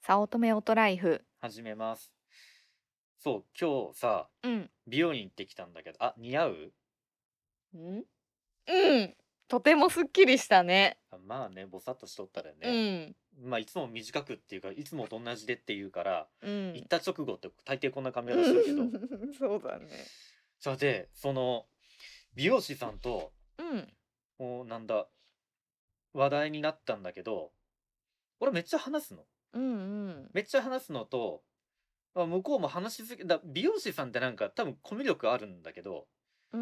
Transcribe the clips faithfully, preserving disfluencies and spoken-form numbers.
早乙女オトライフ。 始めます。そう、今日さ、 うん。 美容院行ってきたんだけど、あ、似合う？ ん？うん。とてもすっきりしたね。 あ、まあね、ぼさっとしとったらうね。 ん。 まあ、いつも短くっていうか、いつもと同じでって言うから、 うん。 行った直後って大抵こんな髪型しとるけど、 うんそうだね。 それで、その、美容師さんと、 うん。 こう、なんだ、話題になったんだけど、俺めっちゃ話すの。 うんうん。 めっちゃ話すのと、ま、向こうも話しすぎだ美容師さんってなんか多分コミュ力あるんだけど、 うん。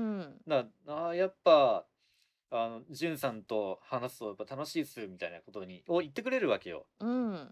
だああ、やっぱあの、じゅんさんと話すとやっぱ楽しいっすみたいなことにを言ってくれるわけよ。 うん。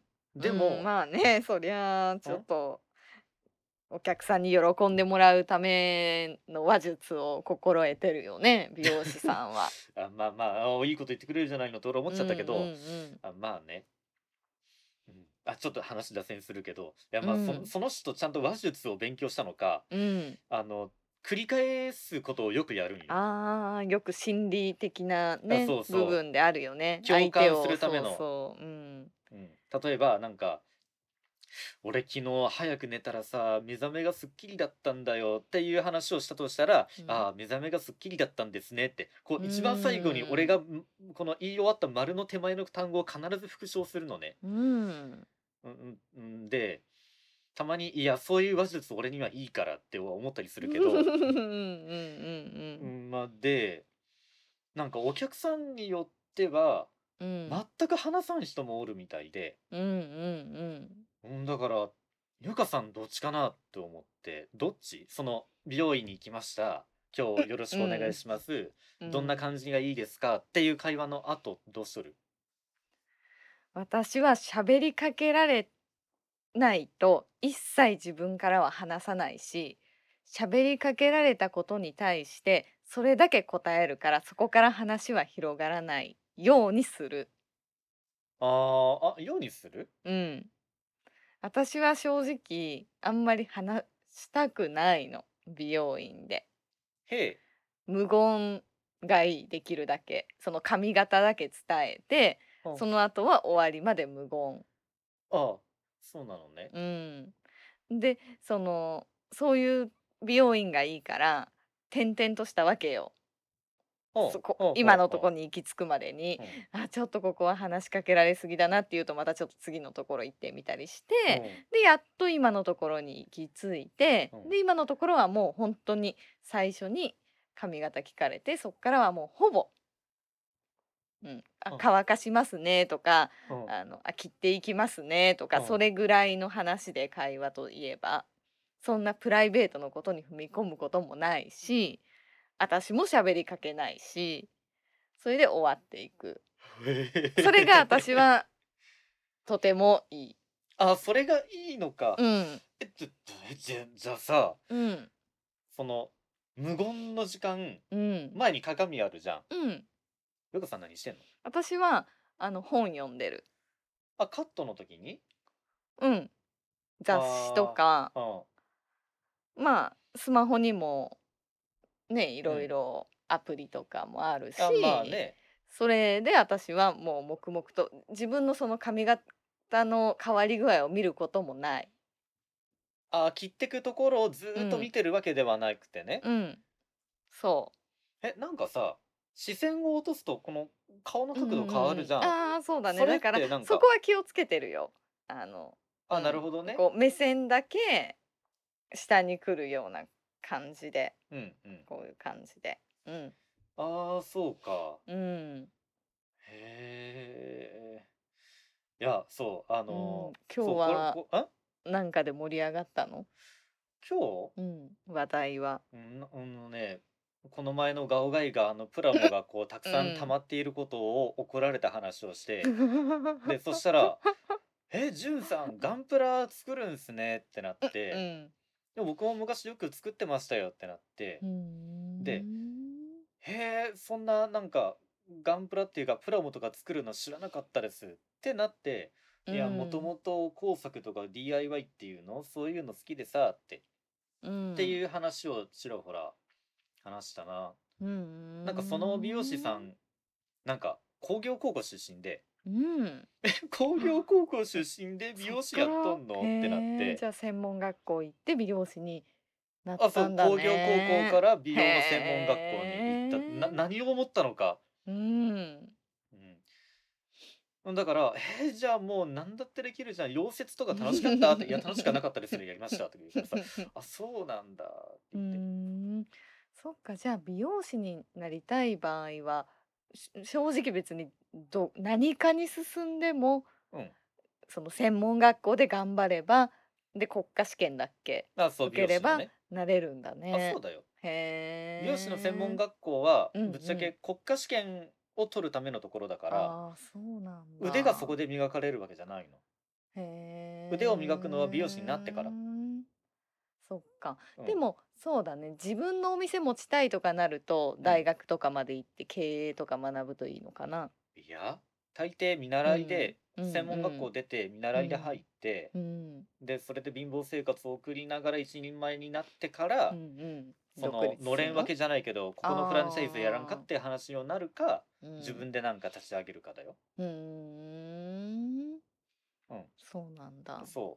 うん、 でも、 まあね、そりゃあちょっん？ とお客さんに喜んでもらうための話術を心得てるよね、美容師さんは。 あ、まあまあ、あ、いいこと言ってくれるじゃないのと俺思っうんちゃったけど、 うんあ、まあね。うん。あ、ちょっと話脱線するけど、いや、 うん。 まあ、 うん。 そのその人ちゃんと話術を勉強したのか、 うん。 あの、繰り返すことをよくやるんよ。 ああ、よく心理的なあ、 ね、 そうそう。 部分であるよね。相手共感すをそうるための、 そう、うん。 うん。例えばなんか俺昨日早く寝たらさ、目覚めがすっきりだったんだよっていう話をしたとしたら、 うん。 ああ、目覚めがすっきりだったんですねって、こうう一番最後に俺が、 ーん。 ん、この言い終わった丸の手前の単語を必ず復唱するのね。 うーん。 うんうんうん、で、たまに、いや、そういう話術俺にはいいからって思ったりすうんるけど、 うんうんうん。 うん、まあ、で、なんかお客さんによっては、 うん。 全く話さん人もおるみたいで、 うんうんうん。 うん、だから、ゆかさんどっちかなと思って、どっちその、美容院に行きました。今日よろしくお願いうん。 します。どんなうん。 感じがいいですかっていう会話の後、どうしとる？ 私は喋りかけられないと、一切自分からは話さないし、喋りかけられたことに対して、それだけ答えるから、そこから話は広がらないようにする。 ああ、あ、ようにする？ うん。私は正直あんまり話したくないの、美容院で。 へえ。 無言がいい、できるだけ。その髪型だけ伝えて、 うん。 その後は終わりまで無言。 ああ、そうなのね。 うん。で、その、そういう美容院がいいから、転々としたわけよ。 ほう、 そこほうほ今のとこうほに行き着くまでに、 う。うん、 あ、ちょっとここは話しかけられすぎだなっていうと、またちょっと次のところ行ってみたりして、 うん、 で、やっと今のところに行き着いて、 うん。 で、今のところはもう本当に最初に髪型聞かれて、そっからはもうほぼ、うん、あ、 うん、 乾かしますねとか、 うん、 あの、あ、切っていきますねとか、そうん。 れぐらいの話で会話といえば、そんなプライベートのことに踏み込むこともないし、私も喋りかけないし、それで終わっていく。 へそれが私え。 はとてもいい。 あ、それがいいのか。 うん、 え、ちょっと、え、じゃじゃあさ、 うん、 その、無言の時間、 うん、 前に鏡あるじゃん。 うん。 よかさん何してんの？ 私はあの本読んでる。 あ、カットの時に？ うん、雑誌とあか、 あ、うん、 まあスマホにもね、いろいうん。 ろアプリとかもあるあ、まあし、 ね。 それで私はもう黙々と自分のその髪型の変わり具合を見ることもない。 あ、切ってくところをずうん、 ーっと見てるわけではなくてね。 うん、そえ、なんかさ、視線を落とすとこの顔のう。うん角度変わるうんうん。 じゃん。 ああ、そうだね。 それっだからてなんか、 そこは気をつけてるよ。あの、うあ、なるん、 ほどね。 こう目線だけ下に来るような感じで、 うんうん。 こういう感じで。うん、 ああ、そうか。 うん、 へえ。いや、そう、あうん。 の、 今そう、これ、 日はこん？ なんかで盛り上がったの？ 今日？ うん、話題は。 うん、あのね、この前のガオガイが、あの、プラモがこうたくさん溜うん。 まっていることを怒られた話をして、で、そしたら、「え、ジュンさん、ガンプラ作るんすね」ってなっうて、 ん。 でも僕も昔よく作ってましたよってなっうーて、で、 ん。 へえ、そんななんか、ガンプラっていうか、プラモとか作るの知らなかったですってなって、 ういや、もとん。 もと工作とか ディーアイワイ っていうの、そういうの好きでさって、っうん。 ていう話をちらほら話したな。 うーなんかその美容師さん。 ん、なんか工業高校出身で、 うん。 工業高校出身で美そっ容師やっとからんのってなっへえ、じて、 ゃあ専門学校行って美容師になっあ、そう、 たんだ工業高校かね。 ら美へ容の専門学校に行った。なえ。 何を思ったのか。 うん。 うん。うん、だから、「えー、じゃあもう何だってできるじゃん。溶接とか楽しかった？」って、「いや、楽しくはなかったですけど、やりました」とか言うからさ、「あ、そうなんだ」ってうー言って。 ん。そっか、じゃあ美容師になりたい場合は、し正直別にど何かに進んでも、 うん。 その専門学校で頑張れば、で、国家試験だっけ、 あ、そう、美受ければ容師のね。 なれるんだあ、そうね。 だよ。美容師の専門へえ。 学校は、 うんぶっちゃうん。 け国家試験を取るためのところだから、 ああ、そうなん腕がそだ。 こで磨かれるわけじゃないの。 へ腕を磨くのは美容師になってから。 え。そっか。 うん。 でも、そうだね、自分のお店持ちたいとかなると、 うん。 大学とかまで行って経営とか学ぶといいのかな？ いや、大抵見うん。 習いで、 うん専門学校うん。 出て見う習いで入っん。 て、 うん。 で、それで貧乏生活を送りながら一人前になってかうら、 んうん。独その、 立すんの？ のれん分けじゃないけど、ここのフランチャイズやらんかっああ。 て話になるか、 うん。 自分でなんか立ち上げるかだよ。 うーん。 うん。 そうなんだ。 そう。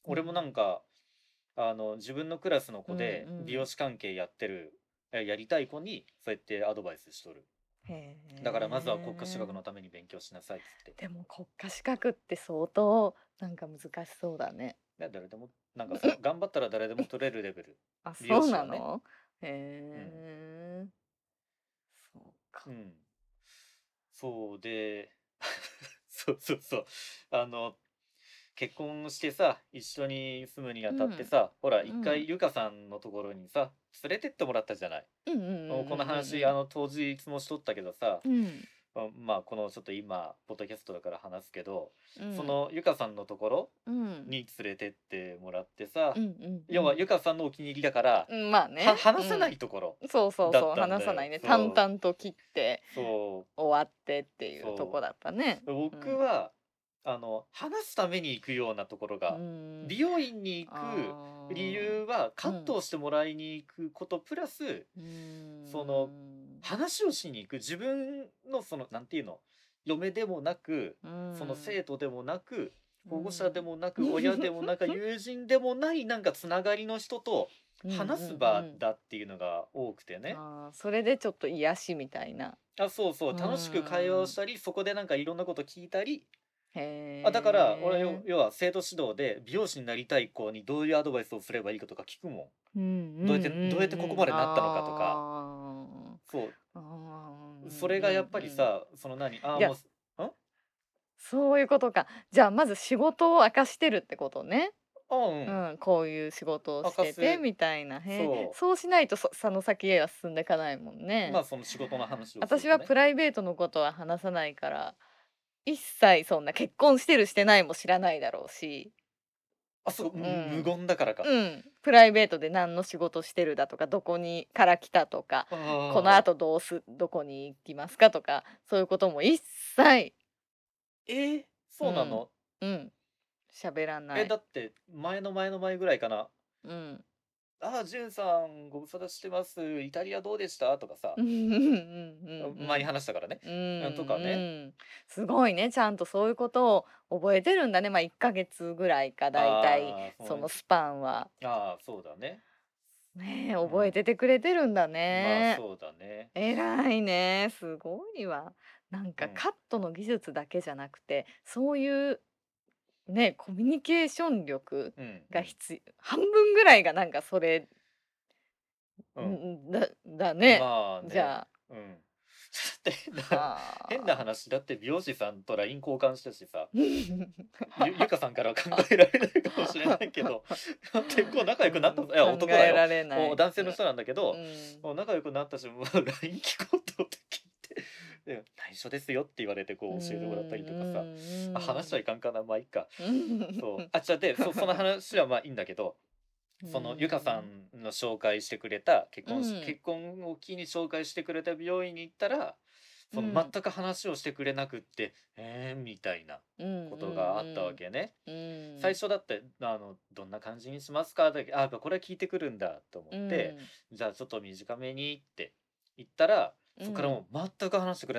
俺もなんうん。 か、あの、自分のクラスのうんう子で美容ん。 師関係やってる、え、やりたい子に、そうやってアドバイスしとる。 へだからまずは国家資格え。 のために勉強しなさいっつって。 でも国家資格って相当なんか難しそうだね。 ね、誰でも、なんかその、頑張ったら誰でも取れるレベル。 あ、 美容そう師はね。 なの？へうん。 え。そうか。 うん。そうで、そうそうそう。あの、結婚してさ、一緒に住むにあたってうん。 さ、ほら、一うん。 回ゆかさんのところにさ、連れてってもらったじゃない。 うんうんうんうんおこの話、 うんあの、当日もしとったけどさ、 うん。うん。 あ、まあ、このちょっと今、ポッドキャストだから話すけど、そうん。 のゆかさんのところうん。 に連れてってもらってさ、 うんうんう要はん。 ゆかさんのお気に入りだから、 うん、まあね。 は話さなうん。 いところそうそうだっそう、 たんだよ。 話さないね。淡そう、 々と切ってそう、 終わってっていうとこそだったね。 う。 うん。 僕は、あの、話すために行くようなところうが、 ーん。 美容院に行く理あ由は、 あ。うカットん。 をしてもらいに行くことプラス、 うーその、 ん。 話をしに行く自分のその、なんていうの、嫁でもなく、 うそのん。 生徒でもなく、 う保護者でん。 もなく、親でもなく、友人でもないなんかつながりの人とうんうん話すうん。 場だっていうのが多くてね。 ああ、それでちょっと癒しみたいな。 あ、そうそう、 う楽しく会話をーん。 したり、そこでなんかいろんなこと聞いたり、 へあ、だから俺は要え。 要は生徒指導で美容師になりたい子にどういうアドバイスをすればいいかとか聞くもうんうん。どうやってどうやってここんうんうん。 までなったのかとか。 あそあ。ああ、うう、そんうれがやっぱんうん。 りさ、その何、ああ、 いや、 もう、すん？ そういうことか。じゃあ、まず仕事を明かしてるってことね。 あ、うん。 うん、こういう仕事をしてて明かす。 みたいな。へえ、 そそうしないと、そその先へは進んでかないもんう。まね。 あ、その仕事の話をするとね。 私はプライベートのことは話さないから、一切そんな結婚してるしてないも知らないだろうし、 あ、そう、む無うん。 言だからか。 うん、プライベートで何の仕事してるだとか、どこにから来たとか、このああ。 後どうすどこに行きますかとか、そういうことも一切、 ええ、 うん、 そうなの？ うん、喋らなえ、 い。 だって、前の前の前ぐらいかな。 うん。 「ああ、じゅんさんご無沙汰してます。イタリアどうでした？」とかさ、 うんうんうんうあ、 んうん。 前に話したからね。 ううん、とかね。 んうん。すごいね、ちゃんとそういうことを覚えてるんだね。ま、いっかげつぐらいか、だいたいああ、そのそのスパンは。 ああ、そうだね。 ねえ、 うん。 覚えててくれてるんだまあ、 ね。 そうだね。 偉いね、すごいわ。なんうん。 かカットの技術だけじゃなくて、そういうね、コミュニケーション力うんうん。 が必半分ぐらいがなんかそれ、 うん。 んん、だだね。 まあね。 じゃあ、 うん。だって変な変なはあ。 話、だって美容師さんと ライン 交換したしさ、ゆゆかさんからは考えられないかもしれないけど、結構仲良くなったいうん、 や、 考男だよ。 えられなおい。 男性の人なんだけうど、 ん。 お仲良くなったし、もう ライン 聞こうと思って聞いて、で、内緒ですよって言われてうこう教えてもらったりんとかさ、あ、話しちゃうんいかんかな、まあいっか。 うん。 そう。あ、じゃあ、で、そその話はまあいいんだけど、 うそのゆかさん。 んの紹介してくれた、結婚しうん。 結婚を機に紹介してくれた美容院に行ったら、そのうん。 全く話をしてくれなくって、「ええ」みたいなうんうことがあったわんけね。 うん。うん。 最初だって、あの、「どんな感じにしますか？」だけ、あ、やっぱこれは聞いてくるんだと思っうて、 ん。 じゃあちょっと短めにって言ったら、そっからうん。 もう全く話してくれなかった。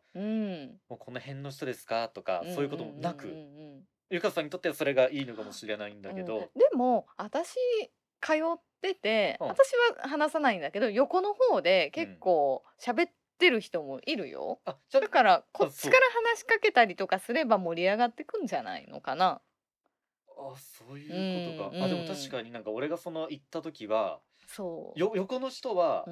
うん。 もうこの辺の人ですかとか、 うんうんそういうこともなく、 うんゆかさんにとってはそれがいいのかもしれないんだうんうん。うん。 けど、 でも、私通ってて、 うん、 私は話さないんだけど、横の方で結うん。 構喋ってる人もいるよ。 あ、じゃだからこあ、 っちからそう。 話しかけたりとかすれば盛り上がってくんじゃないのかな。 あ、そううんいうことか。あ、でも確うん。 かになんか俺がその行った時は、 そよ横の人は、 う。うん。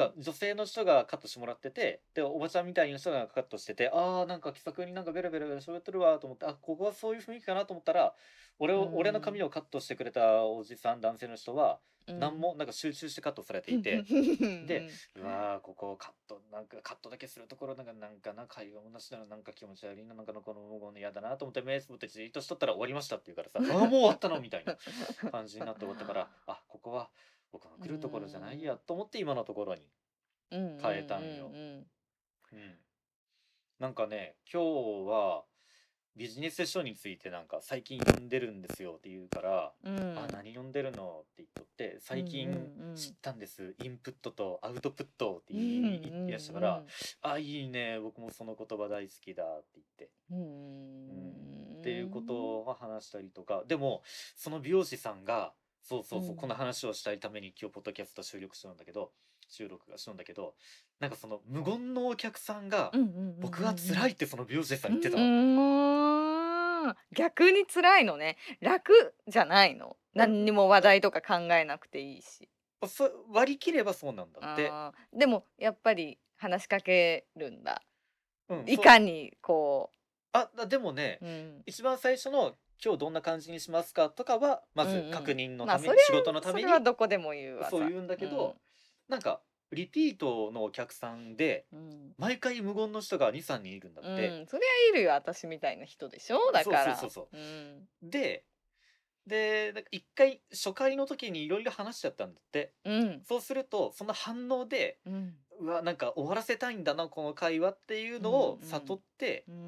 なんか女性の人がカットしてもらってて、で、おばちゃんみたいな人がカットしてて、ああ、なんか気さくになんかベラベラベラ喋ってるわと思って、あ、ここはそういう雰囲気かなと思ったら、俺うを俺の髪ん。 をカットしてくれたおじさん、男性の人は、なんうん。 もなんか集中してカットされてういて、で、 ん。 うわー、ここカット、なんかカットだけするところなんかなんかな、会話もなしならなんか気持ち悪いな、なんかのこの無言の嫌だなと思って目つぶってツイートしとったら終わりましたって言うからさ、ああ、もう終わったのみたいな感じになって終わったから、あ、ここは僕のう来るところじゃないん。 やと思って今のところにうんうんうん変えたんよ。 うん。 うん。なんかね、今日はビジネス書についてなんか最近読んでるんですよって言うから、 うあ、 ん。 何読んでるのって言っとって、 うんう最近知っんたんです。インプットとアウトプットってうん。 言うんうい言い出したから、 んあ、いいね、僕もその言葉大好きだって言って。 うん。ううん。っていうこん。 とを話したりとか、でも、その美容師さんが、そうそうそう、このうん。 話をしたいために今日ポッドキャスト収録したんだけど、収録がしたんだけど、なんかその無言のお客さんが、 うんうんうんうん僕は辛いってその美容師さんう言ってたの。 ん。うーん。逆に辛いのね。楽じゃないの。 あ、 何にも話題とか考えなくていいし。 あ、そ割り切ればそうなんだって。 ああ、でもやっぱり話しかけるんだ。 うん、 いそう。 かにこあ、だでもね、 う、うん。 一番最初の今日どんな感じにしますかとかは、まうんず確うん。まあ、それ認のために、仕事のたそれはめにどこでも言うわさ。 そう言うんだうん。 けど、なんかリピートのお客さんで、 うん。 毎回無言の人がに、さんにんいるんだっうて。 ん、そりゃいるよ、私みたいな人でしょ、だそうから。 そうそうそうん。 う。で、で、なんかいっかい初回の時にいろいろ話しちゃったんだって。 うん。 そうすると、その反応で、 うん。 うわ、なんか終わらせたいんだな、この会話っていううんのを悟って、 うん。うん。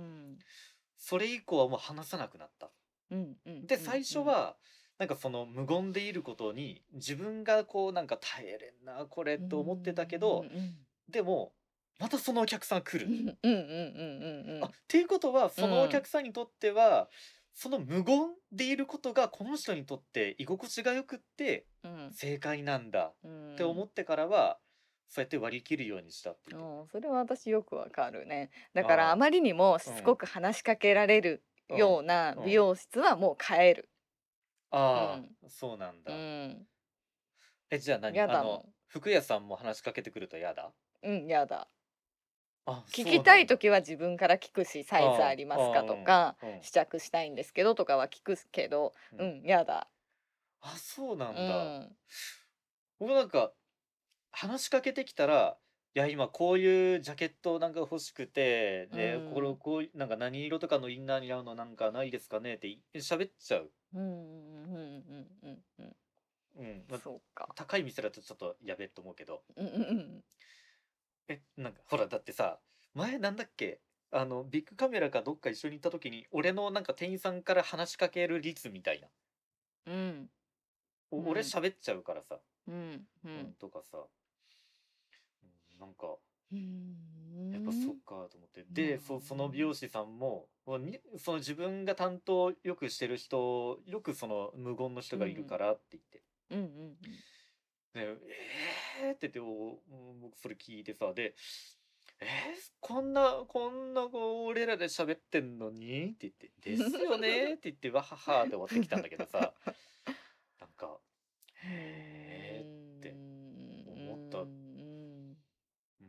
それ以降はもう話さなくなった。 うんうんで、 うん最初うん。 は、なんかその無言でいることに、自分がこうなんか耐えれんな、これうと思ってたけんど、 うん。 でも、またそのお客さん来る。 うんうんうんうんうあ、っんていうことは、 うん。 そのおうん。 客さんにとっては、その無言でいることがこの人にとって居心地が良くってうん。 正解なんだうって思ん。 ってからは、そうやって割り切るようにしたって言ってうん、それは私よくわかるね。だからああまりにもあ、うしつこん、 く話しかけられるうん、 ようなうん。 美容室はもう変える。うあん。 あ、そうなんうだ。 ん。 え、じゃあ何あの、 やだも服屋さんも話しかけてくると嫌だ？ ん。うん、やだ。 あ、 聞きたいそうなんだ。 時は自分から聞くし、サイズあああ、ありますかとあ、 か、 うん、うん、 試着したいんですけどとかは聞くけど、 うん。 うん、やだ。 あ、そうなうんだ。 ん。 僕なんか話しかけてきたら、いや、今こういうジャケットなんか欲しくて、 うで、これん。 こういうなんか何色とかのインナーに合うのなんかないですかねってい喋っちゃう。 うんうんうんうんうんうん。 うん。ま、 そうか。 高い店だとちょっとやべえと思うけど。 うんうんうん。 え、なんかほら、だってさ、前なんだっけ、あの、ビッグカメラかどっか一緒に行った時に、俺のなんか店員さんから話しかける率みたいな。 うん。うお俺ん。 喋っちゃうからさ。 うんううん、 ん。 とかさ、うん、なんかうやっぱそっん。 かと思って。 まあで、そその美ね。 容師さんも、もうにその自分が担当よくしてる人、よくその無言の人がいるうん。 からって言って。 うんうんうん。 で、えーって言って、おお僕それ聞いてさ、で、えー、こんな、こんなこう俺らで喋ってんのにって言って、ですよねって言って、わははって終わってきたんだけどさ、なんか、 うーへーって思った。 ん。 うん、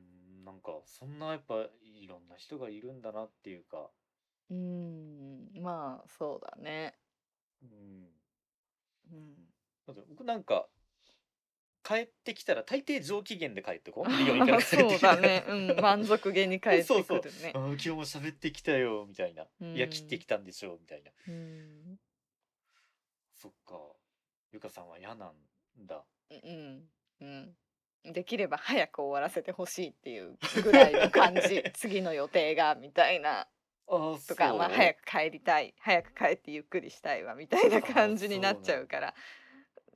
なんか、そんなやっぱいろんな人がいるんだなっていうか、 うーん、まあ、そうだね。 うん。 うん。 だって僕なんか、帰ってきたら大抵上機嫌で帰ってこん美容院かああ、 ら帰ってきたらそうだね。うん、満足げに帰ってそうそう。 くるね。 あー今日も喋ってきたよ、みたいな。 ういや、切ってん。 きたんでしょう、みたいな。 うん。 そっか。ゆかさんは嫌なんだ。 うん、うん。できれば早く終わらせてほしいっていうぐらいの感じ。次の予定がみたいな。 ああ、 とか、まあ、早そうく帰りたい、早く帰ってゆっくりしたいわみたいなああ、 感じになっそうなんだ。 ちゃうから。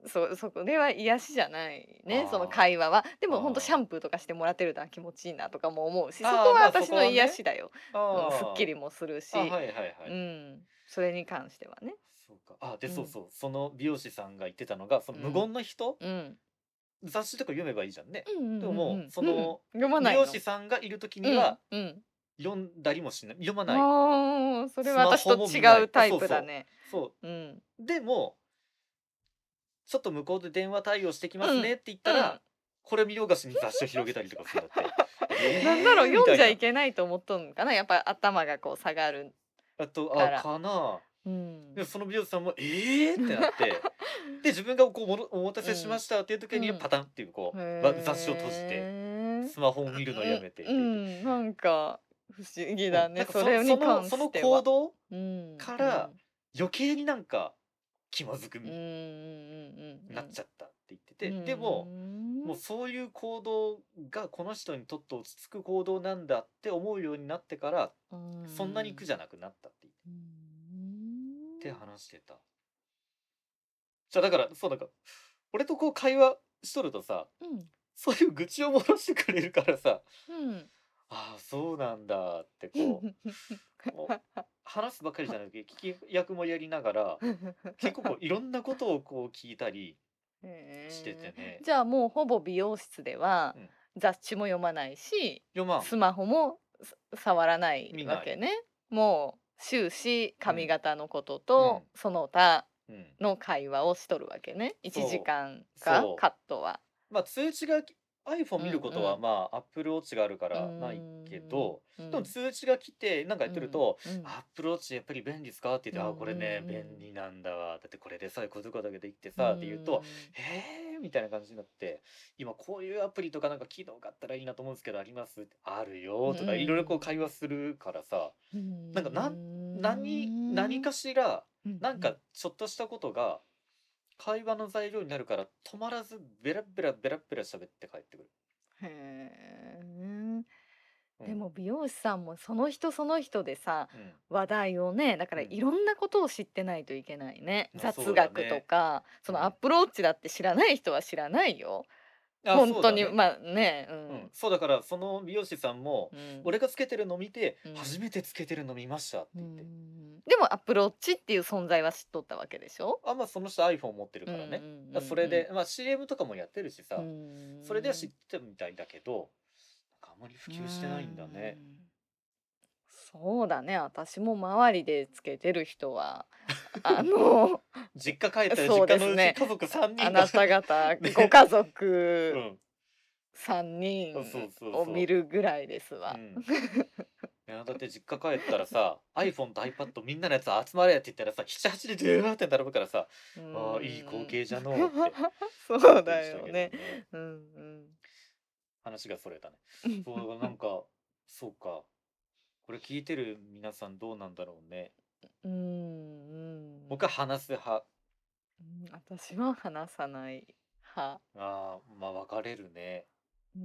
そそこでは癒しじゃないね、そのあ会話は。であ、 もほんとシャあンプーとかしてもらってるのは気持ちいいなとかも思うし、そあ、ああ、 こはまあ、そ私のこはね。 癒しだよ。うん、すっきありもするあ、あ、 し、 はいはいはうい。 ん、それに関してはね。 そうか。あ、で、 うん、 そうそう、その美容師さんが言ってたのが、その無うん、 言の人、 うん。 雑誌とか読めばいいじゃんね。 うんうんでももう、 うんうん。うん、 その読ま美容師ないの。 さんがいる時うん、 にはうん。 読んだりもしない、読まない。 ああ、それスマホは私とも見ない。あ、 違うタイそうそプだね。 う。そうん。 う。でも、ちょっと向こうで電話対応してきうん、 ますねって言ったうん。 ら、これ見よがしに雑誌を広げたりとかするんだって。 なんだろう、 ええ、み読んじゃいたいな。 けないと思っとんかな、やっぱ頭がこう下がるあと、あ、 から。 かな。 うん。 で、その美容師さんも「ええ！」ってなって、で、自分がこう、もの「お待たせしまうん。 した」っていう時にパうん。 タンっていうこう、わ雑誌を閉じて、 へえ。 スマホを見るのをやめてっうて言って。 ん、なんか不思議うん、 だね、 なんかそそれにその関そのしては。 行動うん、 から、 うん。 余計になんか気まずくうんうんうんうんなっちゃったって言ってうん。うて、でも、もうーん。 そういう行動がこの人にとって落ち着く行動なんだって思うようになってから、 うーそんなに苦じん。 ゃなくなったって言っうーん。 て話してた。じゃ、だから、そう、なんか、俺とこう会話しとるとさ、 うん。 そういう愚痴を漏らしてくれるからさ、 うん。 ああ、そうなんだってこう、もう話すばっかりじゃなくて、聞き役もやりながら、結構こういろんなことをこう聞いたりしててへえ。 ね。 じゃあもうほぼ美容室ではうん。 雑誌も読まないし、 読まん、 スマホもさ触らない見ない。 わけね。もう終始うん、 髪型のこととうん、 その他うん。 の会話をしとるわけね。いちじかんそう、 か、 そカットは。 う。まあ通知がき iPhone うん見ることはうん。 まあ Apple Watch があるかうーらないけん。 ど、でもうん。 通知が来てなんかやうん。 ってると、 うん。 Apple Watch やっぱり便利ですかって言って、あ、 うんうこれね、 んうん。 便利なんだわ。だってこれでさえこういうとこだけできてうーさって言うと、 ん。 へえみたいな感じになって、今こういうアプリとかなんか機能があったらいいなと思うんですけど、ありますって、あるうよとかいろいろこうん。 会話するからさ、 うーなんかなん何何ん。 かしら、 うんうん。 なんかちょっとしたことが会話の材料になるから止まらずベラベラベラベラ喋って帰ってくる。 へえ。 うん、 でも美容師さんもその人その人でさ、 うん、 話題をね、だかうん。 らいろんなことを知ってないといけないね。 あ、そうだ雑学とね。 か、そのアッうん。 プローチだって知らない人は知らないよ。 あ、 本当に、 そうだね。 まあね、ううん。 ん。 そうだからその美容師さんも、 うん。 俺がつけてるの見て、 うん。 初めてつけてるの見ましたってう言って。 ん。でもアップローチっていう存在は知っとったわけでしょ？ あ、まあその人 iPhone 持ってるうんうからね。 んだそれで、まあ シーエム とかもやってるしうさ、それでは知っん。 てたみたいだけど、なんかあんまり普うー及してないんだね。 ん。そうだね、私も周りでつけてる人は、あの、 実家帰ったらそう実家のうちですね、 家族さんにんがあなた方ごね、 家う族ん。 3 そうそ人うそうを見そるぐらいですう。うわ。 ん。いや、だって実家帰ったらさ、iPhone と iPad みんなのやつ集まれって言ったらさ、なな、はちでドゥーって並ぶからさ、 うああ、いい光ーん。 景じゃのうってそう思ったりしたけどだよね。 ね。 うんうん。 話がそれたね。そう、だからなんか、そうか。これ聞いてる皆さんどうなんだろうね。 うんうん。 僕は話す派。 うん、私は話さない派。 ああ、まあ分かれるね。 うん。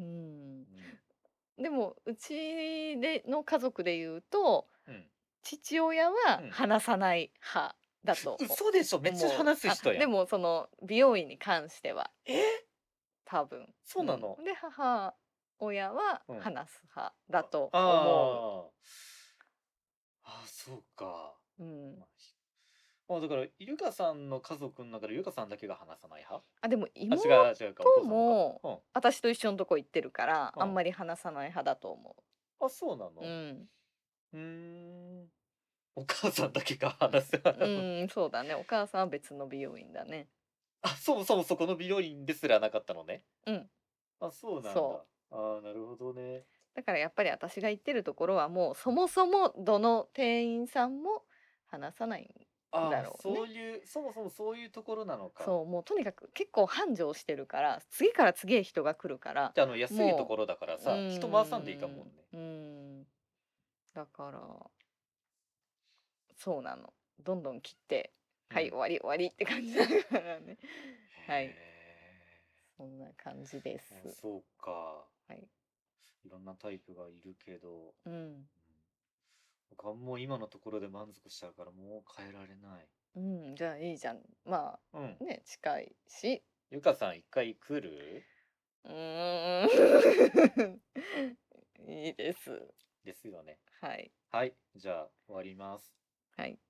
うん。 でもうちでの家族で言うと、 うん。 父親はうん。 話さない派だとお嘘でしょ、めっちゃ思う。あ、 話す人やん。 でもその美容院に関してはえ、 多分。うん。 そうなの？ で、母親はうん。 話す派だと思う。 ああ。ああ、そうか。 うん。 まあ、ひまあ、だから、ゆかさんの家族の中でゆかさんだけが話さない派？ あ、でもあ、 妹違う違うか、お父さんもか。 もうん、 私と一緒のとこ行ってるから、 うん。 あんまり話さない派だと思あ、そうなう。うの？ ん。 うーん。お母さんだけが話す派なの？ うん、そうだね。お母さんは別の美容院だね。 あ、そもそもそこの美容院ですらなかったのね。 うん、 あ、そうなんだ。 そう。 ああ、なるほどね。 だからやっぱり私が行ってるところはもうそうん。 もそもどの店員さんも話さないんああ、 だろうね。 そういう、そもそもそういうところなのか。 そう、もうとにかく結構繁盛してるから、次から次へ人が来るから、 じゃあ、あの、安いともころだからう、うさ、人回さんでいいかもーん、 んね。 うーん、だからそうなの。どんどん切って、はい、 うん。 終わり終わりって感じだからね。はい、 へそんな感じでえ。あ、 す。 そうか。 はい。 いろんなタイプがいるけど、 うん。 うん。 僕はもう今のところで満足しちゃうからもう変えられない。 うん、じゃあいいじゃん。まうん。 あ、ね、近いし。 ゆかさん一回来るうーん。いいです。 ですよね。 はい。 はい。じゃあ終わります。 はい。